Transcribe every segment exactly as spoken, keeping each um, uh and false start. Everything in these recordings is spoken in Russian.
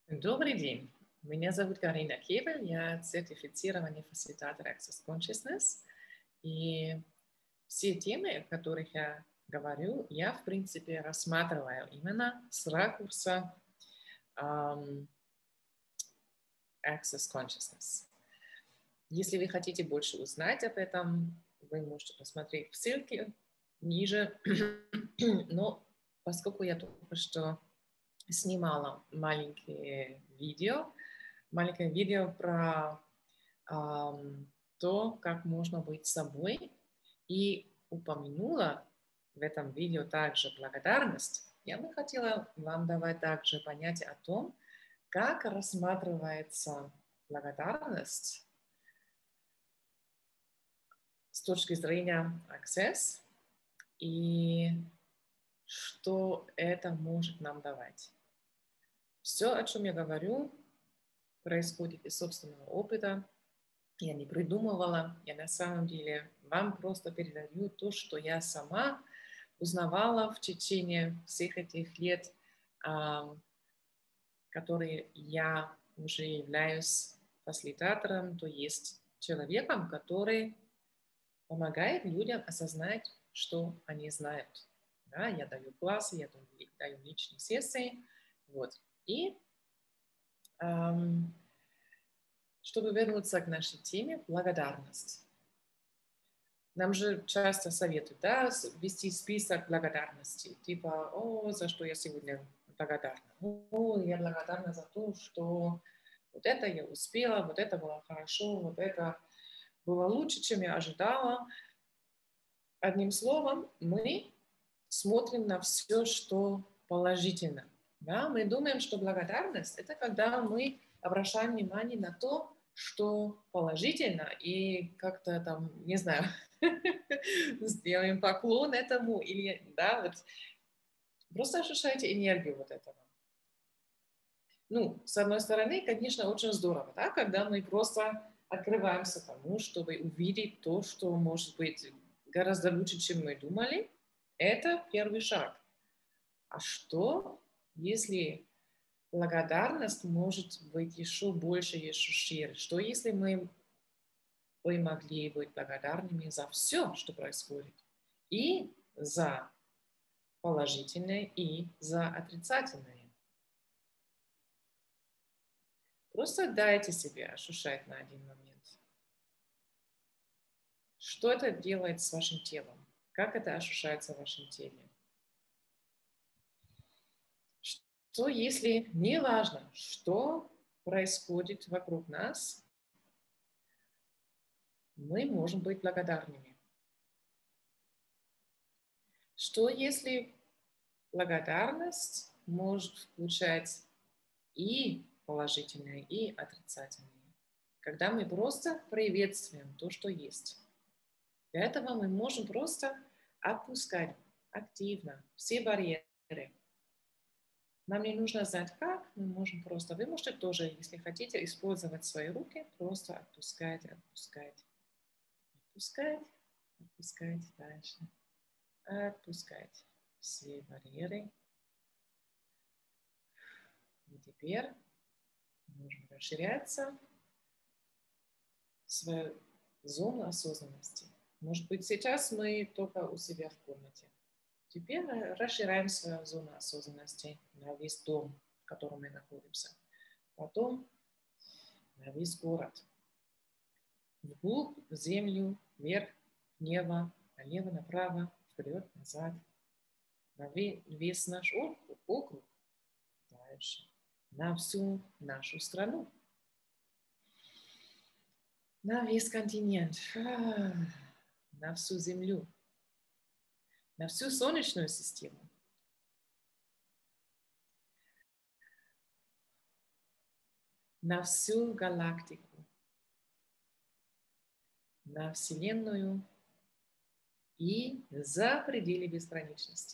Добрый день. Меня зовут Карина Кевель, я сертифицированный фасилитатор Access Consciousness. И все темы, о которых я говорю, я, в принципе, рассматриваю именно с ракурса um, Access Consciousness. Если вы хотите больше узнать об этом, вы можете посмотреть в ссылке ниже. Но поскольку я только что снимала маленькие видео, маленькое видео про эм, то, как можно быть собой, и упомянула в этом видео также благодарность, я бы хотела вам давать также понятие о том, как рассматривается благодарность с точки зрения Access и что это может нам давать. Все, о чем я говорю, происходит из собственного опыта. Я не придумывала, я на самом деле вам просто передаю то, что я сама узнавала в течение всех этих лет, которые я уже являюсь фасилитатором, то есть человеком, который помогает людям осознать, что они знают. Да, я даю классы, я даю личные сессии. Вот. И эм, чтобы вернуться к нашей теме, благодарность. Нам же часто советуют, да, вести список благодарностей. Типа, о, за что я сегодня благодарна. О, я благодарна за то, что вот это я успела, вот это было хорошо, вот это было лучше, чем я ожидала. Одним словом, мы смотрим на все, что положительно. Да? Мы думаем, что благодарность – это когда мы обращаем внимание на то, что положительно, и как-то там, не знаю, сделаем поклон этому, или, да, вот, просто ощущаете энергию вот этого. Ну, с одной стороны, конечно, очень здорово, да, когда мы просто открываемся тому, чтобы увидеть то, что может быть гораздо лучше, чем мы думали. Это первый шаг. А что, если благодарность может быть еще больше, еще шире? Что, если мы вы могли быть благодарными за все, что происходит? И за положительное, и за отрицательное. Просто дайте себе ощущать на один момент. Что это делает с вашим телом? Как это ощущается в вашем теле? Что, если не важно, что происходит вокруг нас, мы можем быть благодарными? Что, если благодарность может включать и положительное, и отрицательное? Когда мы просто приветствуем то, что есть. Для этого мы можем просто отпускать активно все барьеры. Нам не нужно знать как, мы можем просто, вы можете тоже, если хотите, использовать свои руки, просто отпускать, отпускать, отпускать, отпускать дальше, отпускать все барьеры. И теперь можем расширяться в свою зону осознанности. Может быть, сейчас мы только у себя в комнате. Теперь расширяем свою зону осознанности на весь дом, в котором мы находимся. Потом на весь город. Вглубь, в землю, вверх, небо, налево, направо, вперед, назад. На весь наш округ. Дальше. На всю нашу страну. На весь континент. На всю землю. На всю Солнечную систему. На всю галактику, на Вселенную и за пределы бесконечности.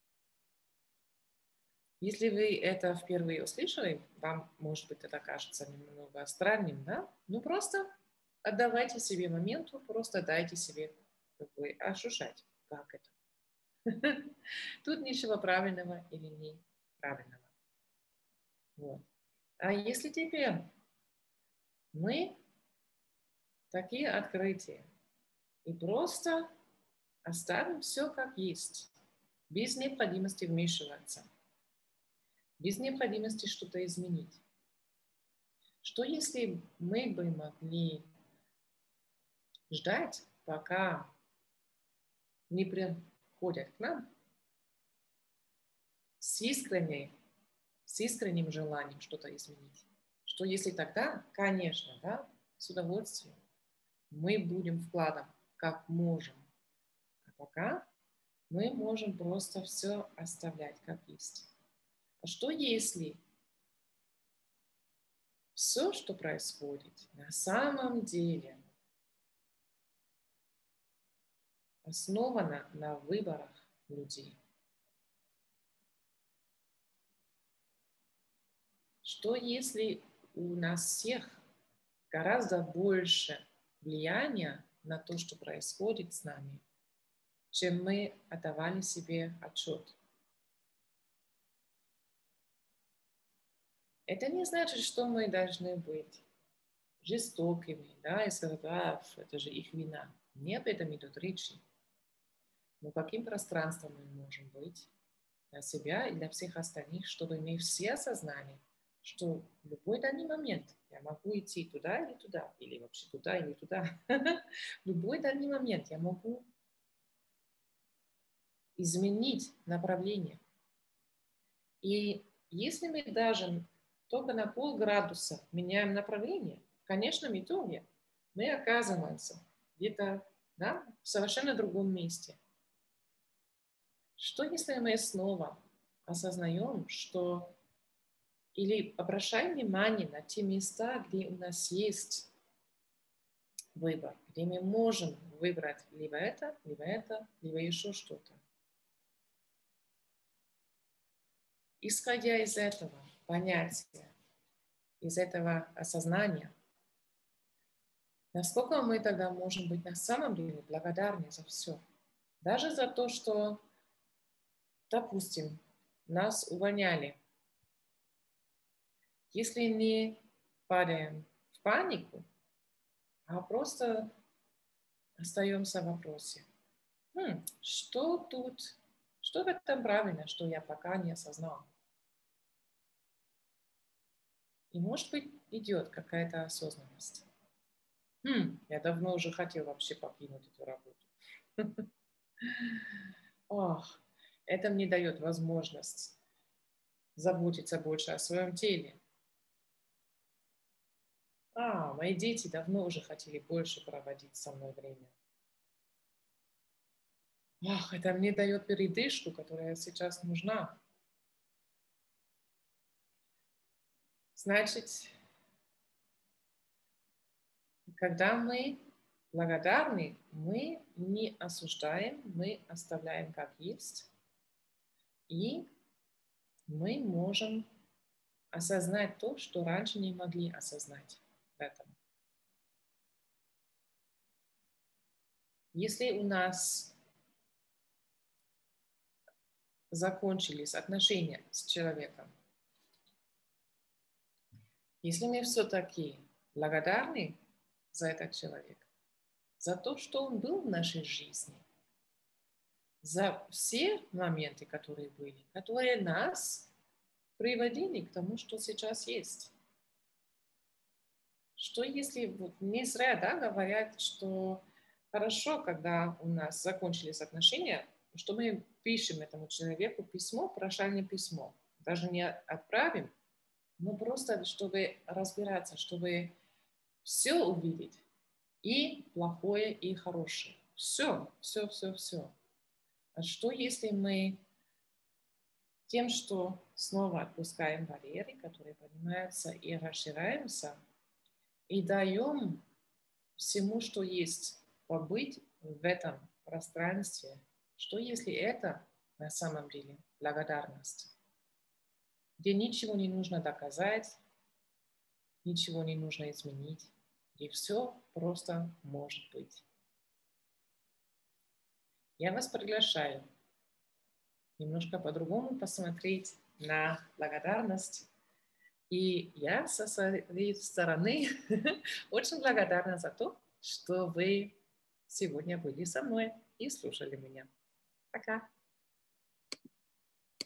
Если вы это впервые услышали, вам, может быть, это кажется немного странным, да? Ну, просто отдавайте себе моменту, просто дайте себе как бы ощущать, как это. Тут ничего правильного или неправильного. Вот. А если теперь мы такие открытия и просто оставим все как есть, без необходимости вмешиваться, без необходимости что-то изменить. Что если мы бы могли ждать, пока не приходят к нам с искренней, с искренним желанием что-то изменить? Что если тогда, конечно, да, с удовольствием мы будем вкладом, как можем. А пока мы можем просто все оставлять как есть. А что если все, что происходит, на самом деле основано на выборах людей? Что если у нас всех гораздо больше влияния на то, что происходит с нами, чем мы отдавали себе отчет? Это не значит, что мы должны быть жестокими, да, и сказать, а, это же их вина. Не об этом идет речи. Но каким пространством мы можем быть для себя и для всех остальных, чтобы мы все осознали, что в любой данный момент я могу идти туда или туда, или вообще туда или туда. В любой данный момент я могу изменить направление. И если мы даже только на полградуса меняем направление, в конечном итоге мы оказываемся где-то, да, в совершенно другом месте. Что если мы снова осознаем, что или обращаем внимание на те места, где у нас есть выбор, где мы можем выбрать либо это, либо это, либо еще что-то. Исходя из этого понятия, из этого осознания, насколько мы тогда можем быть на самом деле благодарны за все. Даже за то, что, допустим, нас увольняли. Если не падаем в панику, а просто остаемся в вопросе. Хм, что тут, что в этом правильно, что я пока не осознал? И может быть идет какая-то осознанность. Хм, я давно уже хотел вообще покинуть эту работу. Ох, это мне дает возможность заботиться больше о своем теле. А, мои дети давно уже хотели больше проводить со мной время. Ах, это мне дает передышку, которая сейчас нужна. Значит, когда мы благодарны, мы не осуждаем, мы оставляем как есть, и мы можем осознать то, что раньше не могли осознать в этом. Если у нас закончились отношения с человеком, если мы все-таки благодарны за этот человек, за то, что он был в нашей жизни, за все моменты, которые были, которые нас приводили к тому, что сейчас есть. Что если, вот не зря, да, говорят, что хорошо, когда у нас закончились отношения, что мы пишем этому человеку письмо, прощальное письмо. Даже не отправим, но просто чтобы разбираться, чтобы все увидеть. И плохое, и хорошее. Все, все, все, все. А что если мы тем, что снова отпускаем барьеры, которые поднимаются, и расширяемся, и даем всему, что есть, побыть в этом пространстве? Что если это на самом деле благодарность, где ничего не нужно доказать, ничего не нужно изменить, где все просто может быть? Я вас приглашаю немножко по-другому посмотреть на благодарность И я со своей стороны очень благодарна за то, что вы сегодня были со мной и слушали меня. Пока!